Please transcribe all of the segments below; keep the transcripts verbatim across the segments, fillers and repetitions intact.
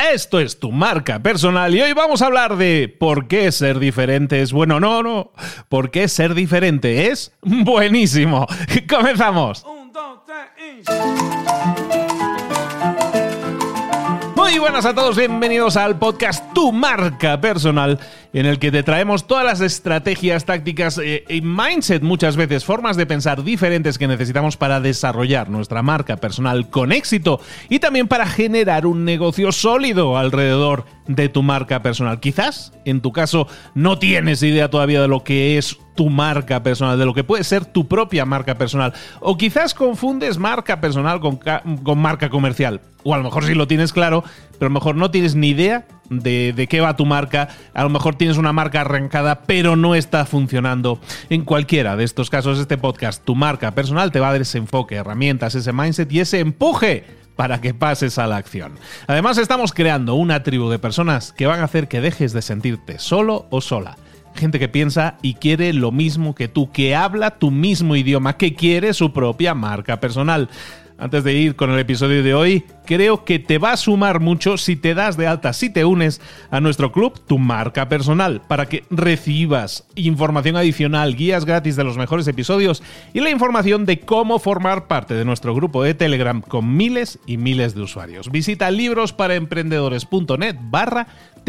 Esto es Tu Marca Personal y hoy vamos a hablar de por qué ser diferente es bueno. No, no, por qué ser diferente es buenísimo. ¡Comenzamos! Un, dos, tres, y... Muy buenas a todos, bienvenidos al podcast Tu Marca Personal, en el que te traemos todas las estrategias, tácticas eh, y mindset, muchas veces, formas de pensar diferentes que necesitamos para desarrollar nuestra marca personal con éxito y también para generar un negocio sólido alrededor de tu marca personal. Quizás, en tu caso, no tienes idea todavía de lo que es tu marca personal, de lo que puede ser tu propia marca personal, o quizás confundes marca personal con, ca- con marca comercial, o a lo mejor sí lo tienes claro, pero a lo mejor no tienes ni idea de, de qué va tu marca. A lo mejor tienes una marca arrancada, pero no está funcionando. En cualquiera de estos casos, este podcast, Tu Marca Personal, te va a dar ese enfoque, herramientas, ese mindset y ese empuje para que pases a la acción. Además, estamos creando una tribu de personas que van a hacer que dejes de sentirte solo o sola. Gente que piensa y quiere lo mismo que tú, que habla tu mismo idioma, que quiere su propia marca personal. Antes de ir con el episodio de hoy, creo que te va a sumar mucho si te das de alta, si te unes a nuestro club Tu Marca Personal, para que recibas información adicional, guías gratis de los mejores episodios y la información de cómo formar parte de nuestro grupo de Telegram con miles y miles de usuarios. Visita librosparaemprendedores.net barra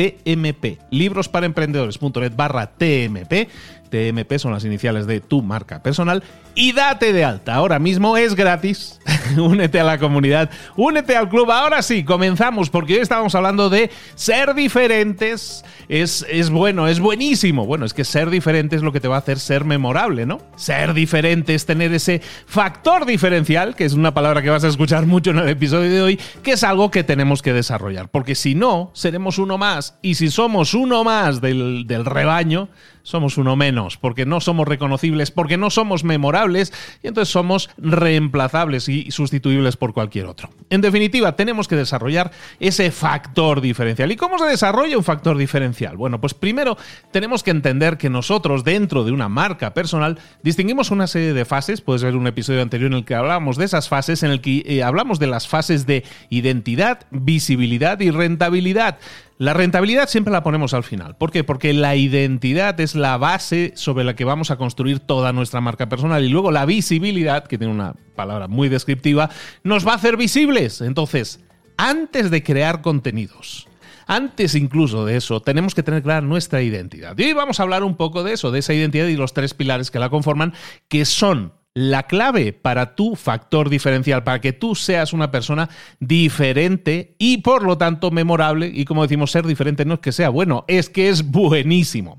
TMP, librosparaemprendedores.net barra TMP. T M P son las iniciales de Tu Marca Personal y date de alta. Ahora mismo es gratis. Únete a la comunidad, únete al club. Ahora sí, comenzamos, porque hoy estamos hablando de ser diferentes. Es, es bueno, es buenísimo. Bueno, es que ser diferente es lo que te va a hacer ser memorable, ¿no? Ser diferente es tener ese factor diferencial, que es una palabra que vas a escuchar mucho en el episodio de hoy, que es algo que tenemos que desarrollar, porque si no, seremos uno más. Y si somos uno más del, del rebaño, somos uno menos, porque no somos reconocibles, porque no somos memorables y entonces somos reemplazables y sustituibles por cualquier otro. En definitiva, tenemos que desarrollar ese factor diferencial. ¿Y cómo se desarrolla un factor diferencial? Bueno, pues primero tenemos que entender que nosotros, dentro de una marca personal, distinguimos una serie de fases. Puedes ver un episodio anterior en el que hablábamos de esas fases, en el que eh, hablamos de las fases de identidad, visibilidad y rentabilidad. La rentabilidad siempre la ponemos al final. ¿Por qué? Porque la identidad es la base sobre la que vamos a construir toda nuestra marca personal y luego la visibilidad, que tiene una palabra muy descriptiva, nos va a hacer visibles. Entonces, antes de crear contenidos, antes incluso de eso, tenemos que tener clara nuestra identidad. Y hoy vamos a hablar un poco de eso, de esa identidad y los tres pilares que la conforman, que son la clave para tu factor diferencial, para que tú seas una persona diferente y por lo tanto memorable. Y como decimos, ser diferente no es que sea bueno, es que es buenísimo.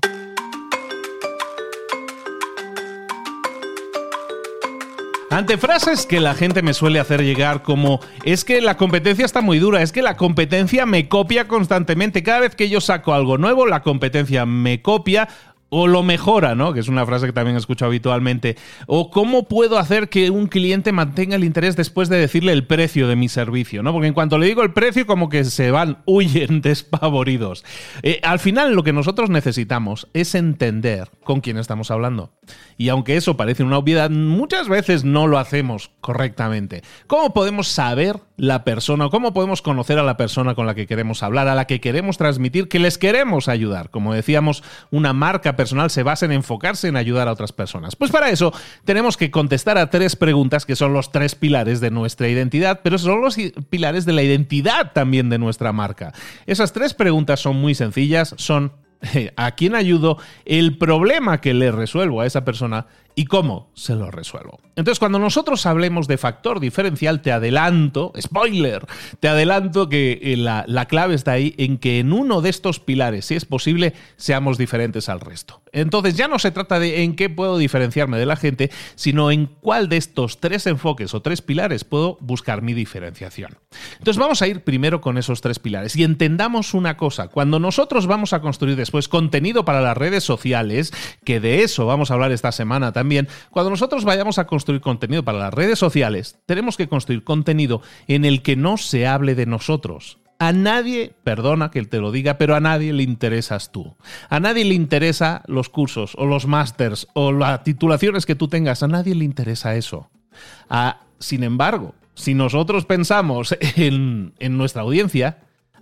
Ante frases que la gente me suele hacer llegar como es que la competencia está muy dura, es que la competencia me copia constantemente, cada vez que yo saco algo nuevo, la competencia me copia o lo mejora, ¿no? Que es una frase que también escucho habitualmente. O ¿cómo puedo hacer que un cliente mantenga el interés después de decirle el precio de mi servicio, ¿no? Porque en cuanto le digo el precio, como que se van, huyen despavoridos. Eh, al final, lo que nosotros necesitamos es entender con quién estamos hablando. Y aunque eso parece una obviedad, muchas veces no lo hacemos correctamente. ¿Cómo podemos saber la persona o cómo podemos conocer a la persona con la que queremos hablar, a la que queremos transmitir, que les queremos ayudar? Como decíamos, una marca personal se basa en enfocarse en ayudar a otras personas. Pues para eso tenemos que contestar a tres preguntas que son los tres pilares de nuestra identidad, pero son los pilares de la identidad también de nuestra marca. Esas tres preguntas son muy sencillas, son ¿a quién ayudo? El problema que le resuelvo a esa persona y cómo se lo resuelvo. Entonces, cuando nosotros hablemos de factor diferencial, te adelanto, spoiler, te adelanto que la, la clave está ahí en que en uno de estos pilares, si es posible, seamos diferentes al resto. Entonces, ya no se trata de en qué puedo diferenciarme de la gente, sino en cuál de estos tres enfoques o tres pilares puedo buscar mi diferenciación. Entonces, vamos a ir primero con esos tres pilares y entendamos una cosa. Cuando nosotros vamos a construir después contenido para las redes sociales, que de eso vamos a hablar esta semana también, También, cuando nosotros vayamos a construir contenido para las redes sociales, tenemos que construir contenido en el que no se hable de nosotros. A nadie, perdona que te lo diga, pero a nadie le interesas tú. A nadie le interesa los cursos o los másters o las titulaciones que tú tengas. A nadie le interesa eso. A, sin embargo, si nosotros pensamos en, en nuestra audiencia,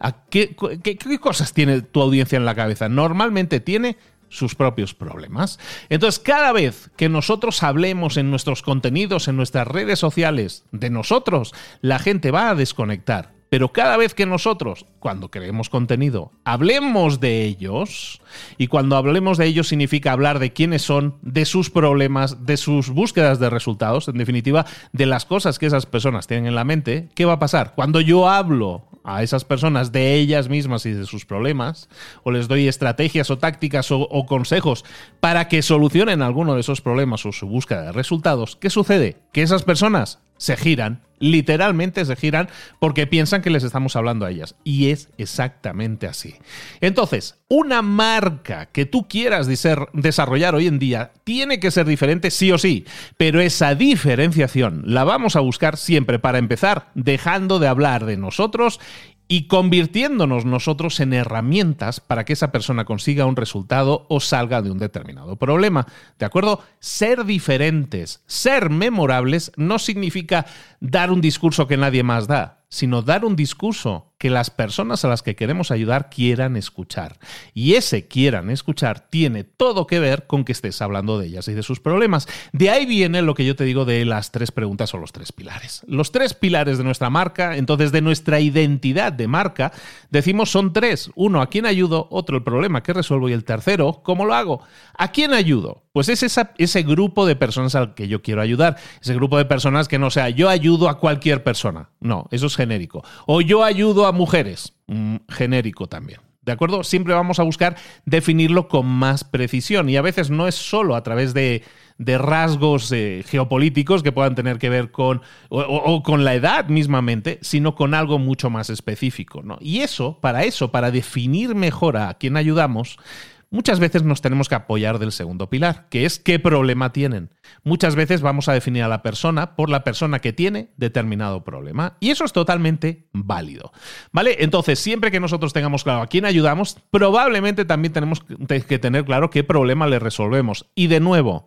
¿A qué, qué, ¿Qué cosas tiene tu audiencia en la cabeza? Normalmente tiene sus propios problemas. Entonces, cada vez que nosotros hablemos en nuestros contenidos, en nuestras redes sociales, de nosotros, la gente va a desconectar. Pero cada vez que nosotros, cuando creemos contenido, hablemos de ellos, y cuando hablemos de ellos significa hablar de quiénes son, de sus problemas, de sus búsquedas de resultados, en definitiva, de las cosas que esas personas tienen en la mente, ¿qué va a pasar? Cuando yo hablo a esas personas de ellas mismas y de sus problemas, o les doy estrategias o tácticas o, o consejos para que solucionen alguno de esos problemas o su búsqueda de resultados, ¿qué sucede? Que esas personas se giran, literalmente se giran porque piensan que les estamos hablando a ellas. Y es exactamente así. Entonces, una marca que tú quieras desarrollar hoy en día tiene que ser diferente sí o sí, pero esa diferenciación la vamos a buscar siempre, para empezar, dejando de hablar de nosotros y convirtiéndonos nosotros en herramientas para que esa persona consiga un resultado o salga de un determinado problema. ¿De acuerdo? Ser diferentes, ser memorables, no significa dar un discurso que nadie más da, sino dar un discurso que las personas a las que queremos ayudar quieran escuchar. Y ese quieran escuchar tiene todo que ver con que estés hablando de ellas y de sus problemas. De ahí viene lo que yo te digo de las tres preguntas o los tres pilares. Los tres pilares de nuestra marca, entonces de nuestra identidad de marca, decimos son tres. Uno, ¿a quién ayudo? Otro, el problema que resuelvo. Y el tercero, ¿cómo lo hago? ¿A quién ayudo? Pues es esa, ese grupo de personas al que yo quiero ayudar. Ese grupo de personas que no sea yo ayudo a cualquier persona. No, eso es genérico. O yo ayudo a mujeres. Mm, genérico también. ¿De acuerdo? Siempre vamos a buscar definirlo con más precisión. Y a veces no es solo a través de, de rasgos eh, geopolíticos que puedan tener que ver con o, o con la edad mismamente, sino con algo mucho más específico, ¿no? Y eso, para eso, para definir mejor a quién ayudamos, muchas veces nos tenemos que apoyar del segundo pilar, que es qué problema tienen. Muchas veces vamos a definir a la persona por la persona que tiene determinado problema. Y eso es totalmente válido, ¿vale? Entonces, siempre que nosotros tengamos claro a quién ayudamos, probablemente también tenemos que tener claro qué problema le resolvemos. Y de nuevo,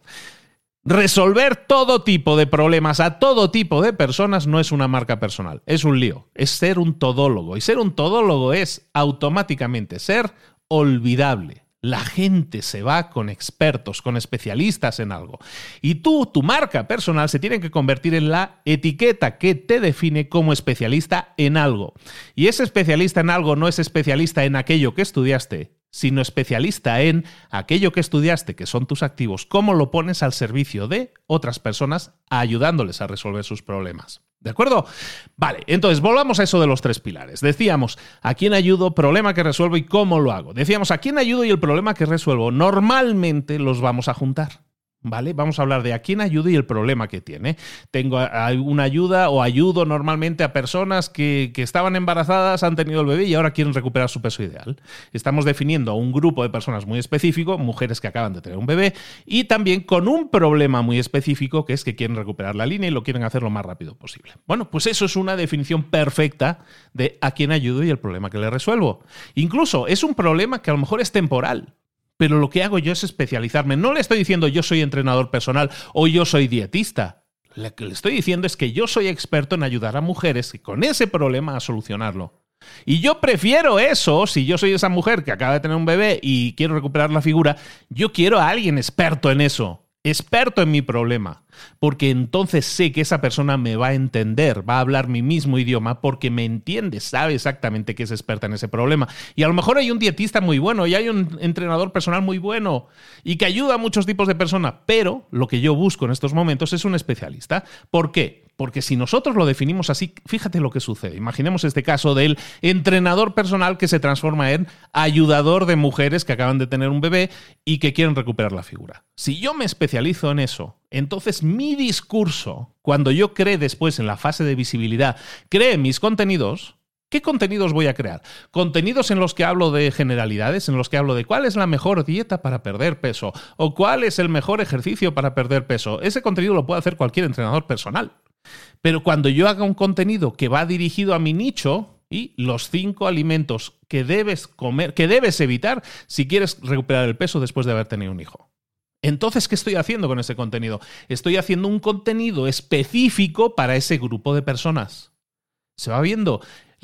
resolver todo tipo de problemas a todo tipo de personas no es una marca personal, es un lío, es ser un todólogo. Y ser un todólogo es automáticamente ser olvidable. La gente se va con expertos, con especialistas en algo. Y tú, tu marca personal, se tiene que convertir en la etiqueta que te define como especialista en algo. Y ese especialista en algo no es especialista en aquello que estudiaste, sino especialista en aquello que estudiaste, que son tus activos, cómo lo pones al servicio de otras personas, ayudándoles a resolver sus problemas. ¿De acuerdo? Vale, entonces volvamos a eso de los tres pilares. Decíamos, ¿a quién ayudo? Problema que resuelvo y cómo lo hago. Decíamos, ¿a quién ayudo y el problema que resuelvo? Normalmente los vamos a juntar. ¿Vale? Vamos a hablar de a quién ayudo y el problema que tiene. Tengo una ayuda o ayudo normalmente a personas que, que estaban embarazadas, han tenido el bebé y ahora quieren recuperar su peso ideal. Estamos definiendo a un grupo de personas muy específico, mujeres que acaban de tener un bebé, y también con un problema muy específico, que es que quieren recuperar la línea y lo quieren hacer lo más rápido posible. Bueno, pues eso es una definición perfecta de a quién ayudo y el problema que le resuelvo. Incluso es un problema que a lo mejor es temporal. Pero lo que hago yo es especializarme. No le estoy diciendo yo soy entrenador personal o yo soy dietista. Lo que le estoy diciendo es que yo soy experto en ayudar a mujeres con ese problema a solucionarlo. Y yo prefiero eso, si yo soy esa mujer que acaba de tener un bebé y quiero recuperar la figura, yo quiero a alguien experto en eso. Experto en mi problema, porque entonces sé que esa persona me va a entender, va a hablar mi mismo idioma porque me entiende, sabe exactamente que es experta en ese problema. Y a lo mejor hay un dietista muy bueno y hay un entrenador personal muy bueno y que ayuda a muchos tipos de personas, pero lo que yo busco en estos momentos es un especialista. ¿Por qué? Porque si nosotros lo definimos así, fíjate lo que sucede. Imaginemos este caso del entrenador personal que se transforma en ayudador de mujeres que acaban de tener un bebé y que quieren recuperar la figura. Si yo me especializo en eso, entonces mi discurso, cuando yo cree después en la fase de visibilidad, cree mis contenidos, ¿qué contenidos voy a crear? Contenidos en los que hablo de generalidades, en los que hablo de cuál es la mejor dieta para perder peso o cuál es el mejor ejercicio para perder peso. Ese contenido lo puede hacer cualquier entrenador personal. Pero cuando yo haga un contenido que va dirigido a mi nicho y los cinco alimentos que debes comer, que debes evitar si quieres recuperar el peso después de haber tenido un hijo. Entonces, ¿qué estoy haciendo con ese contenido? Estoy haciendo un contenido específico para ese grupo de personas. ¿Se va viendo?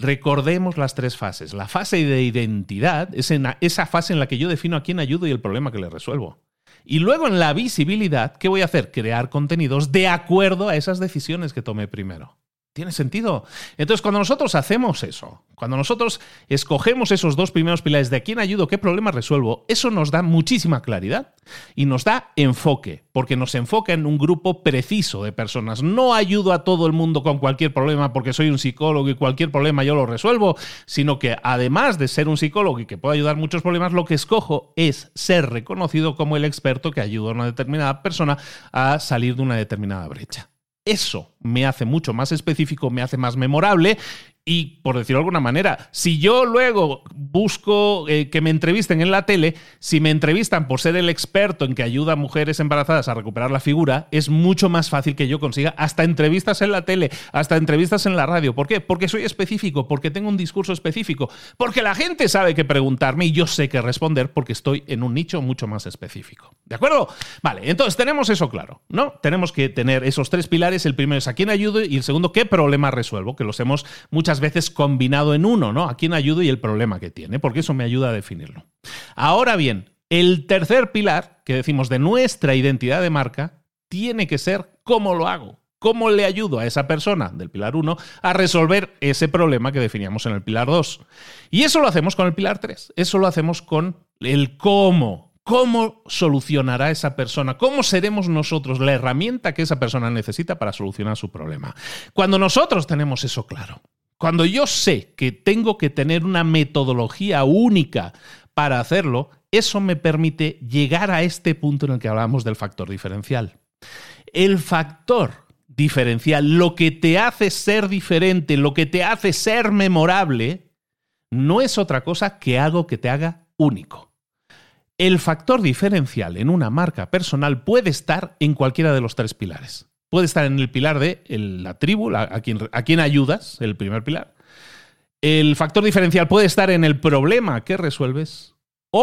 recordemos las tres fases. La fase de identidad es en esa fase en la que yo defino a quién ayudo y el problema que le resuelvo. Y luego en la visibilidad, ¿qué voy a hacer? Crear contenidos de acuerdo a esas decisiones que tomé primero. ¿Tiene sentido? Entonces, cuando nosotros hacemos eso, cuando nosotros escogemos esos dos primeros pilares de a quién ayudo, qué problema resuelvo, eso nos da muchísima claridad y nos da enfoque, porque nos enfoca en un grupo preciso de personas. No ayudo a todo el mundo con cualquier problema porque soy un psicólogo y cualquier problema yo lo resuelvo, sino que además de ser un psicólogo y que puedo ayudar a muchos problemas, lo que escojo es ser reconocido como el experto que ayuda a una determinada persona a salir de una determinada brecha. Eso me hace mucho más específico, me hace más memorable y, por decirlo de alguna manera, si yo luego busco eh, que me entrevisten en la tele, si me entrevistan por ser el experto en que ayuda a mujeres embarazadas a recuperar la figura, es mucho más fácil que yo consiga hasta entrevistas en la tele, hasta entrevistas en la radio. ¿Por qué? Porque soy específico, porque tengo un discurso específico, porque la gente sabe qué preguntarme y yo sé qué responder porque estoy en un nicho mucho más específico. ¿De acuerdo? Vale, entonces tenemos eso claro, ¿no? Tenemos que tener esos tres pilares. El primero es a quién ayudo y el segundo, ¿qué problema resuelvo? Que los hemos muchas veces combinado en uno, ¿no? A quién ayudo y el problema que tiene, porque eso me ayuda a definirlo. Ahora bien, el tercer pilar, que decimos de nuestra identidad de marca, tiene que ser cómo lo hago. ¿Cómo le ayudo a esa persona del pilar uno a resolver ese problema que definíamos en el pilar dos? Y eso lo hacemos con el pilar tres. Eso lo hacemos con el cómo. ¿Cómo solucionará esa persona? ¿Cómo seremos nosotros la herramienta que esa persona necesita para solucionar su problema? Cuando nosotros tenemos eso claro, cuando yo sé que tengo que tener una metodología única para hacerlo, eso me permite llegar a este punto en el que hablamos del factor diferencial. El factor diferencial, lo que te hace ser diferente, lo que te hace ser memorable, no es otra cosa que algo que te haga único. El factor diferencial en una marca personal puede estar en cualquiera de los tres pilares. Puede estar en el pilar de el, la tribu, la, a, quien, a quien ayudas, el primer pilar. El factor diferencial puede estar en el problema que resuelves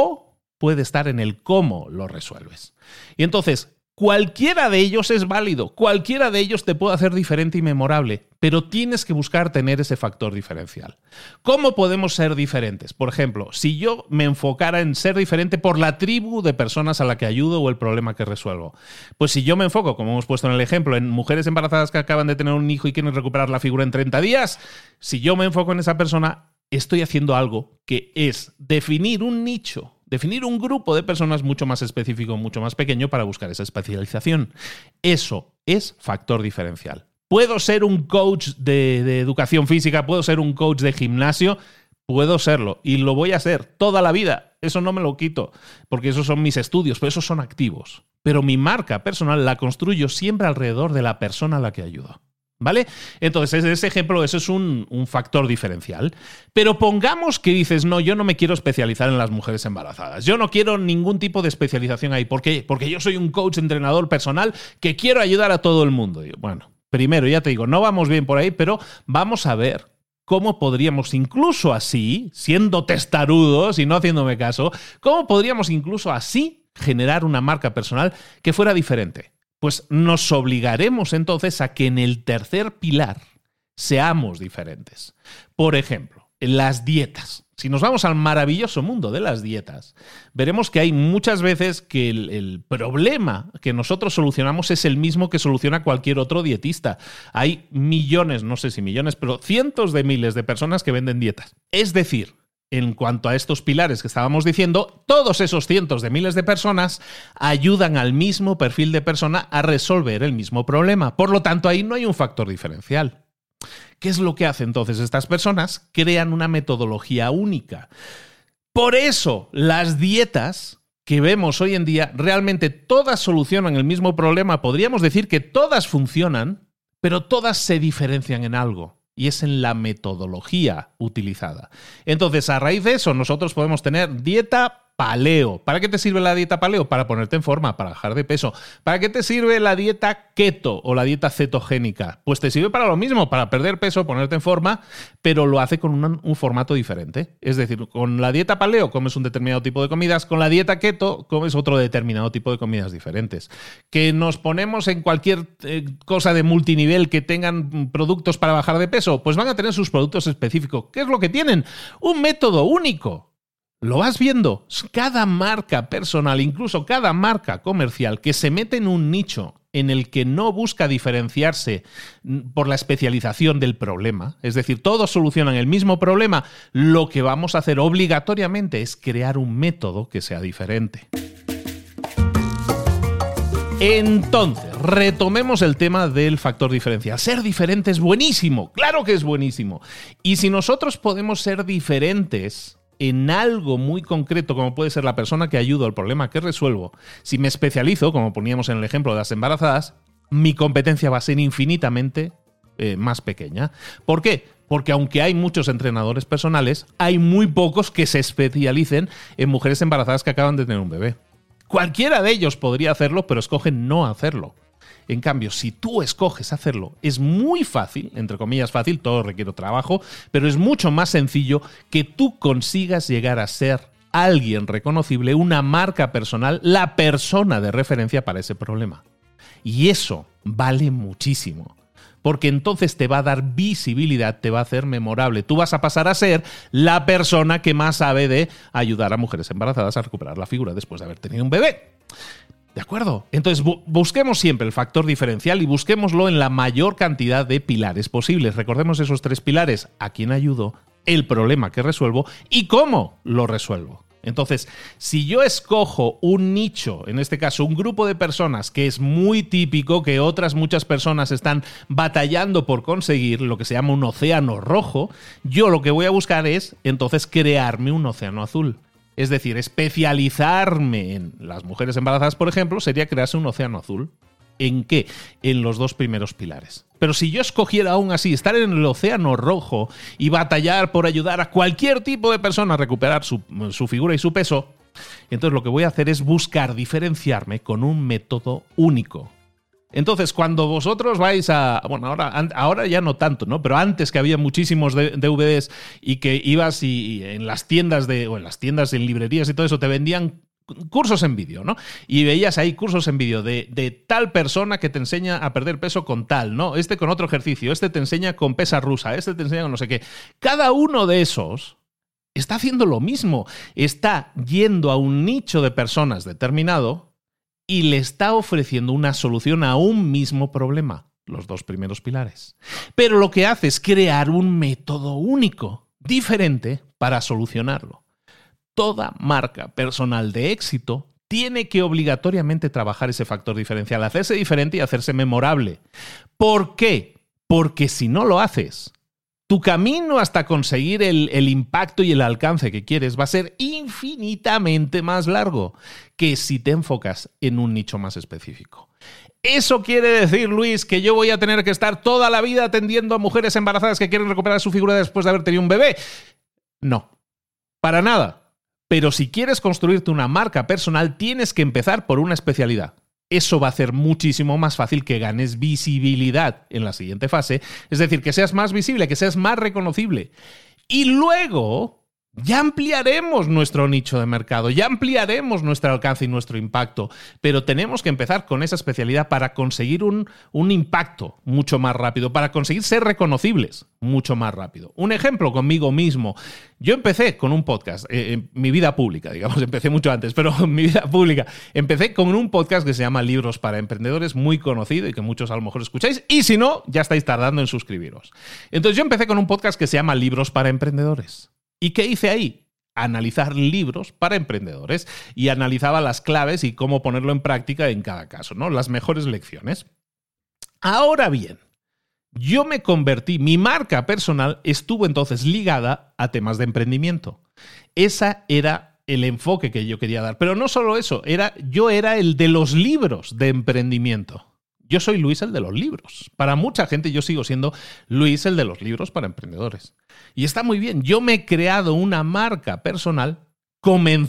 o puede estar en el cómo lo resuelves. Y entonces, cualquiera de ellos es válido, cualquiera de ellos te puede hacer diferente y memorable, pero tienes que buscar tener ese factor diferencial. ¿Cómo podemos ser diferentes? Por ejemplo, si yo me enfocara en ser diferente por la tribu de personas a la que ayudo o el problema que resuelvo, pues si yo me enfoco, como hemos puesto en el ejemplo, en mujeres embarazadas que acaban de tener un hijo y quieren recuperar la figura en treinta días, si yo me enfoco en esa persona, estoy haciendo algo que es definir un nicho, definir un grupo de personas mucho más específico, mucho más pequeño para buscar esa especialización. Eso es factor diferencial. ¿Puedo ser un coach de, de educación física? ¿Puedo ser un coach de gimnasio? Puedo serlo y lo voy a ser toda la vida. Eso no me lo quito porque esos son mis estudios, pero esos son activos. Pero mi marca personal la construyo siempre alrededor de la persona a la que ayudo. ¿Vale? Entonces, ese ejemplo, eso es un, un factor diferencial. Pero pongamos que dices, no, yo no me quiero especializar en las mujeres embarazadas. Yo no quiero ningún tipo de especialización ahí. ¿Por qué? Porque yo soy un coach, entrenador personal que quiero ayudar a todo el mundo. Y bueno, primero, ya te digo, no vamos bien por ahí, pero vamos a ver cómo podríamos incluso así, siendo testarudos y no haciéndome caso, cómo podríamos incluso así generar una marca personal que fuera diferente. Pues nos obligaremos entonces a que en el tercer pilar seamos diferentes. Por ejemplo, en las dietas. Si nos vamos al maravilloso mundo de las dietas, veremos que hay muchas veces que el, el problema que nosotros solucionamos es el mismo que soluciona cualquier otro dietista. Hay millones, no sé si millones, pero cientos de miles de personas que venden dietas. Es decir, en cuanto a estos pilares que estábamos diciendo, todos esos cientos de miles de personas ayudan al mismo perfil de persona a resolver el mismo problema. Por lo tanto, ahí no hay un factor diferencial. ¿Qué es lo que hacen entonces estas personas? Crean una metodología única. Por eso, las dietas que vemos hoy en día, realmente todas solucionan el mismo problema. Podríamos decir que todas funcionan, pero todas se diferencian en algo. Y es en la metodología utilizada. Entonces, a raíz de eso, nosotros podemos tener dieta paleo. ¿Para qué te sirve la dieta paleo? Para ponerte en forma, para bajar de peso. ¿Para qué te sirve la dieta keto o la dieta cetogénica? Pues te sirve para lo mismo, para perder peso, ponerte en forma, pero lo hace con un, un formato diferente. Es decir, con la dieta paleo comes un determinado tipo de comidas, con la dieta keto comes otro determinado tipo de comidas diferentes. Que nos ponemos en cualquier eh, cosa de multinivel que tengan productos para bajar de peso, pues van a tener sus productos específicos. ¿Qué es lo que tienen? Un método único. Lo vas viendo. Cada marca personal, incluso cada marca comercial que se mete en un nicho en el que no busca diferenciarse por la especialización del problema, es decir, todos solucionan el mismo problema, lo que vamos a hacer obligatoriamente es crear un método que sea diferente. Entonces, retomemos el tema del factor diferencial. Ser diferente es buenísimo, claro que es buenísimo. Y si nosotros podemos ser diferentes en algo muy concreto, como puede ser la persona que ayudo al problema que resuelvo, si me especializo, como poníamos en el ejemplo de las embarazadas, mi competencia va a ser infinitamente eh, más pequeña. ¿Por qué? Porque aunque hay muchos entrenadores personales, hay muy pocos que se especialicen en mujeres embarazadas que acaban de tener un bebé. Cualquiera de ellos podría hacerlo, pero escogen no hacerlo. En cambio, si tú escoges hacerlo, es muy fácil, entre comillas fácil, todo requiere trabajo, pero es mucho más sencillo que tú consigas llegar a ser alguien reconocible, una marca personal, la persona de referencia para ese problema. Y eso vale muchísimo, porque entonces te va a dar visibilidad, te va a hacer memorable. Tú vas a pasar a ser la persona que más sabe de ayudar a mujeres embarazadas a recuperar la figura después de haber tenido un bebé. ¿De acuerdo? Entonces bu- busquemos siempre el factor diferencial y busquémoslo en la mayor cantidad de pilares posibles. Recordemos esos tres pilares: a quién ayudo, el problema que resuelvo y cómo lo resuelvo. Entonces, si yo escojo un nicho, en este caso un grupo de personas que es muy típico, que otras muchas personas están batallando por conseguir, lo que se llama un océano rojo, yo lo que voy a buscar es entonces crearme un océano azul. Es decir, especializarme en las mujeres embarazadas, por ejemplo, sería crearse un océano azul. ¿En qué? En los dos primeros pilares. Pero si yo escogiera aún así estar en el océano rojo y batallar por ayudar a cualquier tipo de persona a recuperar su, su figura y su peso, entonces lo que voy a hacer es buscar diferenciarme con un método único. Entonces, cuando vosotros vais a... Bueno, ahora, ahora ya no tanto, ¿no? Pero antes, que había muchísimos D V Ds y que ibas y, y en las tiendas de... o en las tiendas, en librerías y todo eso, te vendían cursos en vídeo, ¿no? Y veías ahí cursos en vídeo de, de tal persona que te enseña a perder peso con tal, ¿no? Este con otro ejercicio, este te enseña con pesa rusa, este te enseña con no sé qué. Cada uno de esos está haciendo lo mismo. Está yendo a un nicho de personas determinado y le está ofreciendo una solución a un mismo problema, los dos primeros pilares. Pero lo que hace es crear un método único, diferente, para solucionarlo. Toda marca personal de éxito tiene que obligatoriamente trabajar ese factor diferencial, hacerse diferente y hacerse memorable. ¿Por qué? Porque si no lo haces, tu camino hasta conseguir el, el impacto y el alcance que quieres va a ser infinitamente más largo que si te enfocas en un nicho más específico. ¿Eso quiere decir, Luis, que yo voy a tener que estar toda la vida atendiendo a mujeres embarazadas que quieren recuperar su figura después de haber tenido un bebé? No, para nada. Pero si quieres construirte una marca personal, tienes que empezar por una especialidad. Eso va a hacer muchísimo más fácil que ganes visibilidad en la siguiente fase. Es decir, que seas más visible, que seas más reconocible. Y luego ya ampliaremos nuestro nicho de mercado, ya ampliaremos nuestro alcance y nuestro impacto. Pero tenemos que empezar con esa especialidad para conseguir un, un impacto mucho más rápido, para conseguir ser reconocibles mucho más rápido. Un ejemplo conmigo mismo. Yo empecé con un podcast, eh, en mi vida pública, digamos, empecé mucho antes, pero en mi vida pública. Empecé con un podcast que se llama Libros para Emprendedores, muy conocido y que muchos a lo mejor escucháis, y si no, ya estáis tardando en suscribiros. Entonces yo empecé con un podcast que se llama Libros para Emprendedores. ¿Y qué hice ahí? Analizar libros para emprendedores y analizaba las claves y cómo ponerlo en práctica en cada caso, ¿no? Las mejores lecciones. Ahora bien, yo me convertí, mi marca personal estuvo entonces ligada a temas de emprendimiento. Ese era el enfoque que yo quería dar. Pero no solo eso, era, yo era el de los libros de emprendimiento. Yo soy Luis, el de los libros. Para mucha gente yo sigo siendo Luis, el de los libros para emprendedores. Y está muy bien. Yo me he creado una marca personal, comencé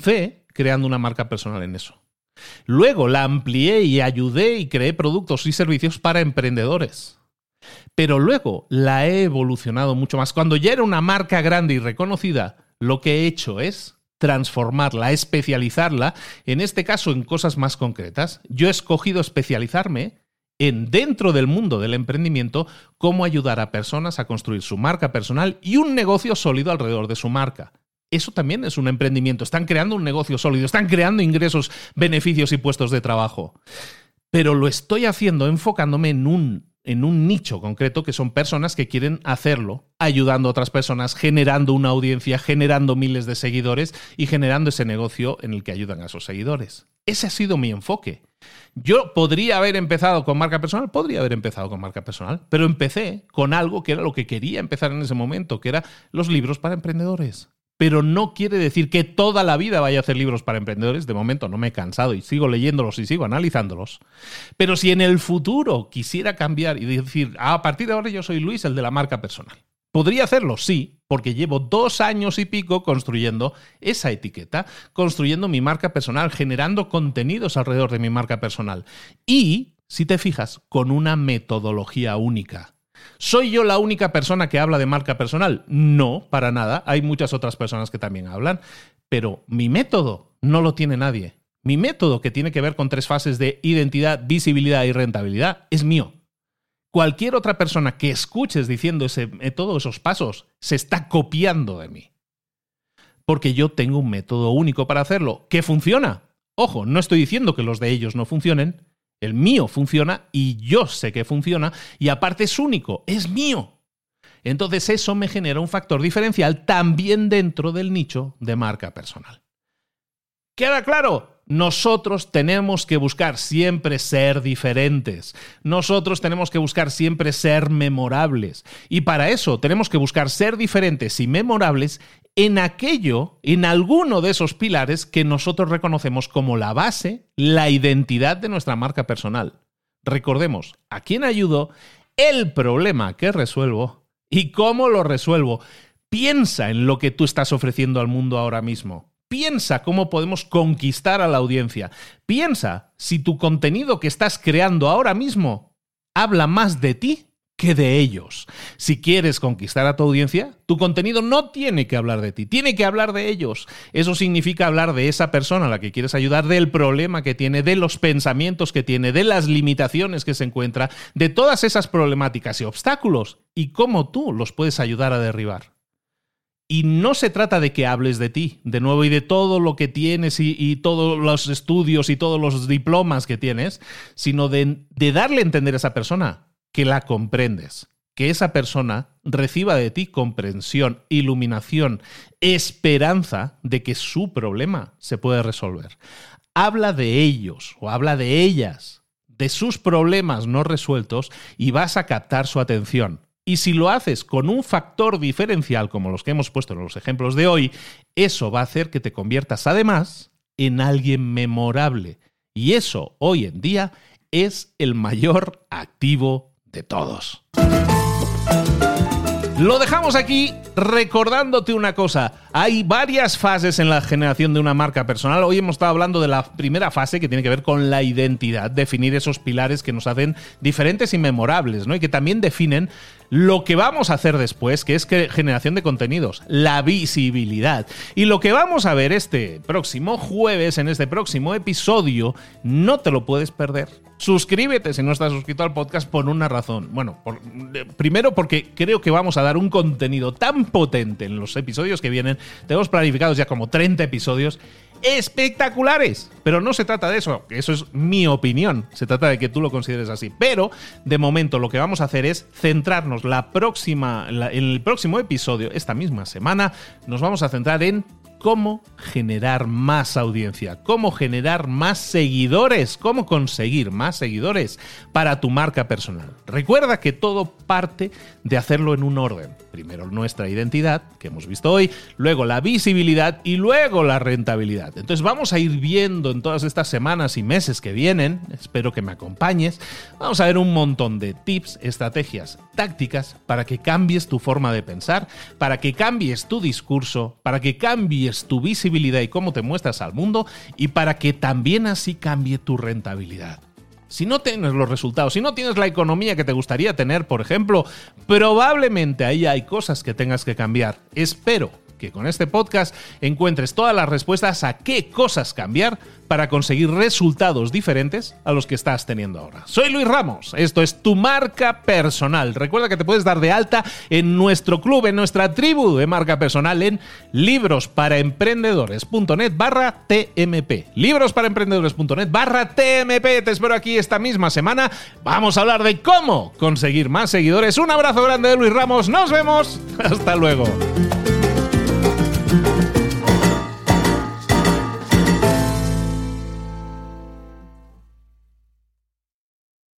creando una marca personal en eso. Luego la amplié y ayudé y creé productos y servicios para emprendedores. Pero luego la he evolucionado mucho más. Cuando ya era una marca grande y reconocida, lo que he hecho es transformarla, especializarla, en este caso en cosas más concretas. Yo he escogido especializarme en, dentro del mundo del emprendimiento, cómo ayudar a personas a construir su marca personal y un negocio sólido alrededor de su marca. Eso también es un emprendimiento. Están creando un negocio sólido, están creando ingresos, beneficios y puestos de trabajo. Pero lo estoy haciendo enfocándome en un, en un nicho concreto, que son personas que quieren hacerlo, ayudando a otras personas, generando una audiencia, generando miles de seguidores y generando ese negocio en el que ayudan a esos seguidores. Ese ha sido mi enfoque. Yo podría haber empezado con marca personal, podría haber empezado con marca personal, pero empecé con algo que era lo que quería empezar en ese momento, que era los libros para emprendedores. Pero no quiere decir que toda la vida vaya a hacer libros para emprendedores. De momento no me he cansado y sigo leyéndolos y sigo analizándolos. Pero si en el futuro quisiera cambiar y decir, ah, a partir de ahora yo soy Luis, el de la marca personal, ¿podría hacerlo? Sí, porque llevo dos años y pico construyendo esa etiqueta, construyendo mi marca personal, generando contenidos alrededor de mi marca personal. Y, si te fijas, con una metodología única. ¿Soy yo la única persona que habla de marca personal? No, para nada. Hay muchas otras personas que también hablan. Pero mi método no lo tiene nadie. Mi método, que tiene que ver con tres fases de identidad, visibilidad y rentabilidad, es mío. Cualquier otra persona que escuches diciendo ese método, esos pasos, se está copiando de mí. Porque yo tengo un método único para hacerlo, que funciona. Ojo, no estoy diciendo que los de ellos no funcionen. El mío funciona y yo sé que funciona y aparte es único, es mío. Entonces eso me genera un factor diferencial también dentro del nicho de marca personal. ¿Queda claro? Nosotros tenemos que buscar siempre ser diferentes. Nosotros tenemos que buscar siempre ser memorables. Y para eso tenemos que buscar ser diferentes y memorables en aquello, en alguno de esos pilares que nosotros reconocemos como la base, la identidad de nuestra marca personal. Recordemos, ¿a quién ayudo? El problema que resuelvo y cómo lo resuelvo. Piensa en lo que tú estás ofreciendo al mundo ahora mismo. Piensa cómo podemos conquistar a la audiencia. Piensa si tu contenido que estás creando ahora mismo habla más de ti que de ellos. Si quieres conquistar a tu audiencia, tu contenido no tiene que hablar de ti, tiene que hablar de ellos. Eso significa hablar de esa persona a la que quieres ayudar, del problema que tiene, de los pensamientos que tiene, de las limitaciones que se encuentra, de todas esas problemáticas y obstáculos y cómo tú los puedes ayudar a derribar. Y no se trata de que hables de ti, de nuevo, y de todo lo que tienes y, y todos los estudios y todos los diplomas que tienes, sino de, de darle a entender a esa persona que la comprendes, que esa persona reciba de ti comprensión, iluminación, esperanza de que su problema se puede resolver. Habla de ellos o habla de ellas, de sus problemas no resueltos y vas a captar su atención. Y si lo haces con un factor diferencial, como los que hemos puesto en los ejemplos de hoy, eso va a hacer que te conviertas además en alguien memorable. Y eso, hoy en día, es el mayor activo de todos. Lo dejamos aquí recordándote una cosa. Hay varias fases en la generación de una marca personal. Hoy hemos estado hablando de la primera fase, que tiene que ver con la identidad, definir esos pilares que nos hacen diferentes y memorables, ¿no? Y que también definen lo que vamos a hacer después, que es generación de contenidos, la visibilidad. Y lo que vamos a ver este próximo jueves, en este próximo episodio, no te lo puedes perder. Suscríbete si no estás suscrito al podcast por una razón. Bueno, por, primero porque creo que vamos a dar un contenido tan potente en los episodios que vienen. Tenemos planificados ya como treinta episodios espectaculares. Pero no se trata de eso, eso es mi opinión. Se trata de que tú lo consideres así. Pero, de momento, lo que vamos a hacer es centrarnos la próxima, la, en el próximo episodio, esta misma semana, nos vamos a centrar en cómo generar más audiencia, cómo generar más seguidores, cómo conseguir más seguidores para tu marca personal. Recuerda que todo parte de hacerlo en un orden. Primero nuestra identidad, que hemos visto hoy, luego la visibilidad y luego la rentabilidad. Entonces vamos a ir viendo en todas estas semanas y meses que vienen, espero que me acompañes, vamos a ver un montón de tips, estrategias, tácticas para que cambies tu forma de pensar, para que cambies tu discurso, para que cambies tu visibilidad y cómo te muestras al mundo y para que también así cambie tu rentabilidad. Si no tienes los resultados, si no tienes la economía que te gustaría tener, por ejemplo, probablemente ahí hay cosas que tengas que cambiar. Espero que con este podcast encuentres todas las respuestas a qué cosas cambiar para conseguir resultados diferentes a los que estás teniendo ahora. Soy Luis Ramos, esto es Tu Marca Personal. Recuerda que te puedes dar de alta en nuestro club, en nuestra tribu de marca personal en librosparaemprendedores.net barra TMP. librosparaemprendedores.net barra TMP. Te espero aquí esta misma semana. Vamos a hablar de cómo conseguir más seguidores. Un abrazo grande de Luis Ramos. Nos vemos. Hasta luego. Thank you.